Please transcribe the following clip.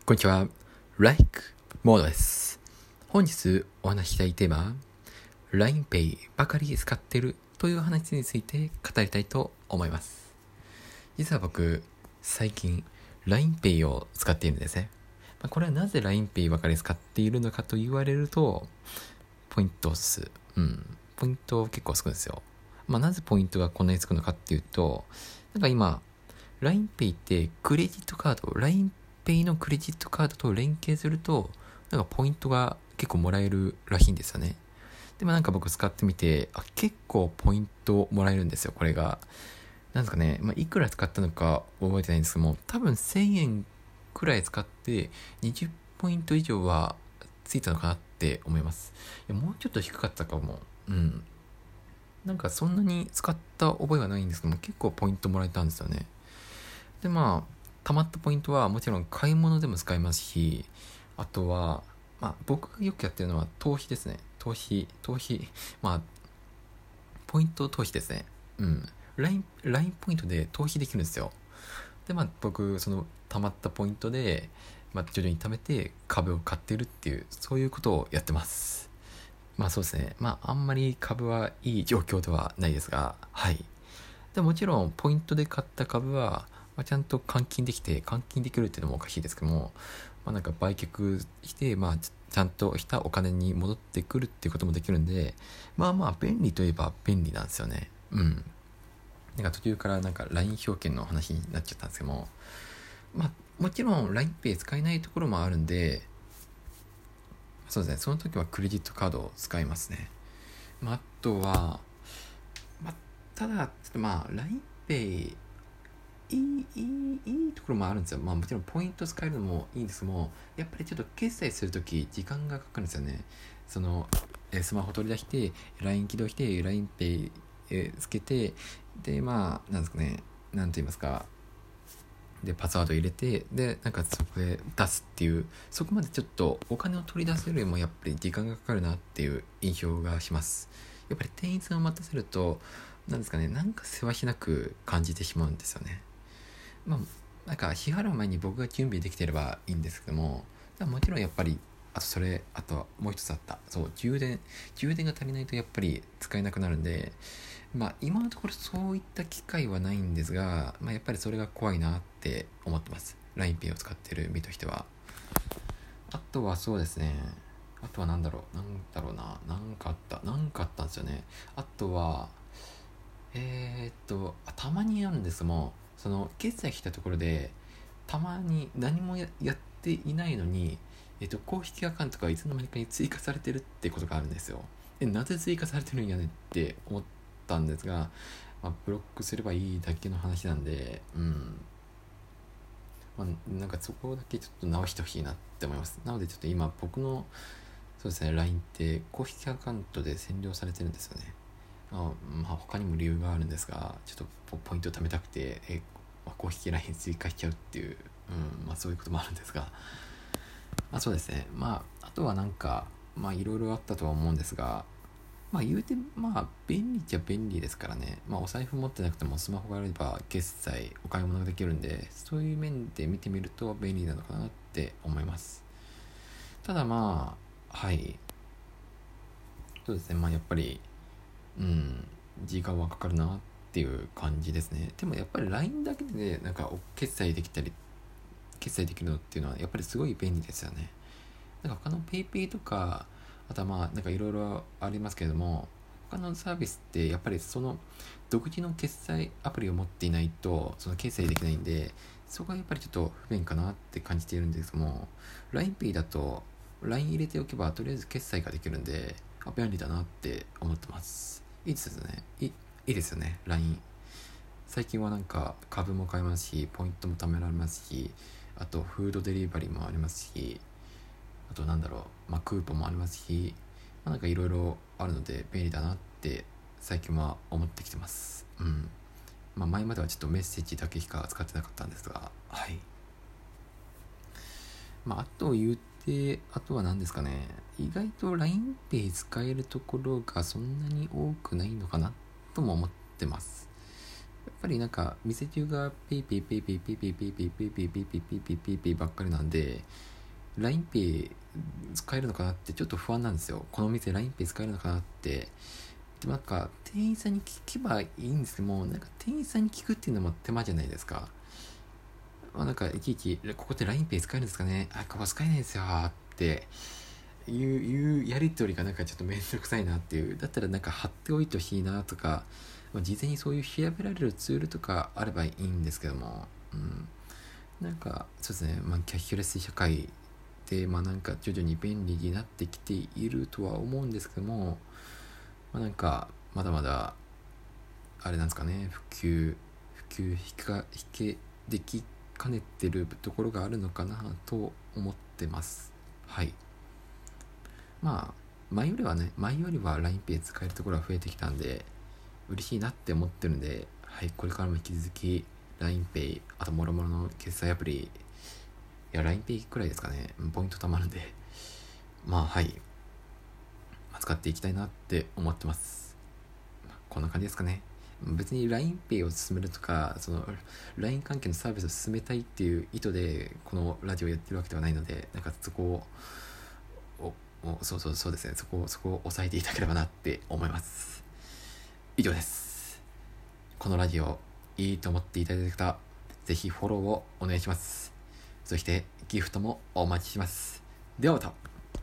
こんにちは。Like モードです。本日お話ししたいテーマ、LINEPay ばかり使ってるという話について語りたいと思います。実は僕、最近 LINEPay を使っているんですね。これはなぜ LINEPay ばかり使っているのかと言われると、ポイント数。ポイント結構つくんですよ。なぜポイントがこんなにつくのかっていうと、今、LINEPay ってクレジットカード、LINEPay のクレジットカードと連携すると、ポイントが結構もらえるらしいんですよね。でも僕使ってみて、結構ポイントもらえるんですよ、これが。なんですかね、いくら使ったのか覚えてないんですけども、多分1000円くらい使って20ポイント以上はついたのかなって思います。もうちょっと低かったかも。そんなに使った覚えはないんですけども、結構ポイントもらえたんですよね。で貯まったポイントはもちろん買い物でも使えますし、あとは僕がよくやってるのは投資ですね。投資ポイント投資ですね。LINE ポイントで投資できるんですよ。で僕その貯まったポイントで徐々に貯めて株を買ってるっていう、そういうことをやってます。そうですね。あんまり株はいい状況ではないですが、はい。でもちろんポイントで買った株は、ちゃんと換金できるっていうのもおかしいですけども、売却して、ちゃんとしたお金に戻ってくるっていうこともできるんで、便利といえば便利なんですよね。途中から LINE 表券の話になっちゃったんですけども、もちろん LINEPay 使えないところもあるんで、そうですね、その時はクレジットカードを使いますね。あとは、ただちょっとLINEPayいいところもあるんですよ。もちろんポイント使えるのもいいんですけども、やっぱりちょっと決済するとき時間がかかるんですよね。スマホ取り出して LINE 起動して LINEPay つけて、でなんですかね、なんと言いますか、でパスワード入れて、でそこで出すっていう、そこまでちょっとお金を取り出すよりもやっぱり時間がかかるなっていう印象がします。やっぱり店員さんを待たせると、せわしなく感じてしまうんですよね。支払う前に僕が準備できてればいいんですけども、もちろんやっぱりあとはもう一つあった、そう充電が足りないとやっぱり使えなくなるんで、今のところそういった機会はないんですが、やっぱりそれが怖いなって思ってます。 LINEPay を使ってる身としては。あとはそうですね、あとはなんだろうな、なんかあったんですよね。あとはたまにあるんですもん、その決済したところでたまに何もやっていないのに、公式アカウントがいつの間にかに追加されてるってことがあるんですよ。なぜ追加されてるんやねって思ったんですが、ブロックすればいいだけの話なんで、そこだけちょっと直してほしいなって思います。なのでちょっと今僕のそうですね LINE って公式アカウントで占領されてるんですよね。他にも理由があるんですが、ちょっとポイントを貯めたくて、公式 LINE 追加しちゃうっていう、そういうこともあるんですが、そうですね。あとはいろいろあったとは思うんですが、言うて便利っちゃ便利ですからね。お財布持ってなくてもスマホがあれば決済お買い物ができるんで、そういう面で見てみると便利なのかなって思います。ただはい、そうですね、やっぱり時間はかかるなっていう感じですね。でもやっぱり LINE だけで決済できるのっていうのはやっぱりすごい便利ですよね。他の PayPay とか、あとはいろいろありますけれども、他のサービスってやっぱりその独自の決済アプリを持っていないとその決済できないんで、そこがやっぱりちょっと不便かなって感じているんですけども、 LINEPay だと LINE 入れておけばとりあえず決済ができるんで、便利だなって思ってます。いいですよね。いいですよね LINE。 最近は株も買えますし、ポイントも貯められますし、あとフードデリバリーもありますし、あとクーポンもありますし、いろいろあるので便利だなって最近は思ってきてます。前まではちょっとメッセージだけしか使ってなかったんですが、はい。あとは何ですかね、意外と LINEPay 使えるところがそんなに多くないのかなとも思ってます。 ぱりなんか店中がペイペイペイペイペイペイペイペイペイペイペイペイペイペイペイペイばっかりなんで、 LINEPay 使えるのかなってちょっと不安なんですよ。この店 LINEPay 使えるのかなって。でもなんか店員さんに聞けばいいんですけども、なんか店員さんに聞くっていうのも手間じゃないですか。なんかいちいちここって LINEPay 使えるんですかね、ここ使えないんですよっていうやり取りがなんかちょっとめんどくさいなっていう。だったらなんか貼っておいてほしいなとか、事前にそういう調べられるツールとかあればいいんですけども、なんかそうですね、キャッシュレス社会でなんか徐々に便利になってきているとは思うんですけども、なんかまだまだあれなんですかね、普及できかねてるところがあるのかなと思ってます。はい。前よりは LINEPay 使えるところは増えてきたんで嬉しいなって思ってるんで、はい、これからも引き続き LINEPay、 あともろもろの決済アプリ、いや LINEPay くらいですかね、ポイント貯まるんで、はい、使っていきたいなって思ってます。こんな感じですかね。別に LINEPay を進めるとか、その LINE 関係のサービスを進めたいっていう意図でこのラジオをやってるわけではないので、なんかそこをそうですね、そこを抑えていただければなって思います。以上です。このラジオいいと思っていただいた方、ぜひフォローをお願いします。そしてギフトもお待ちします。ではまた。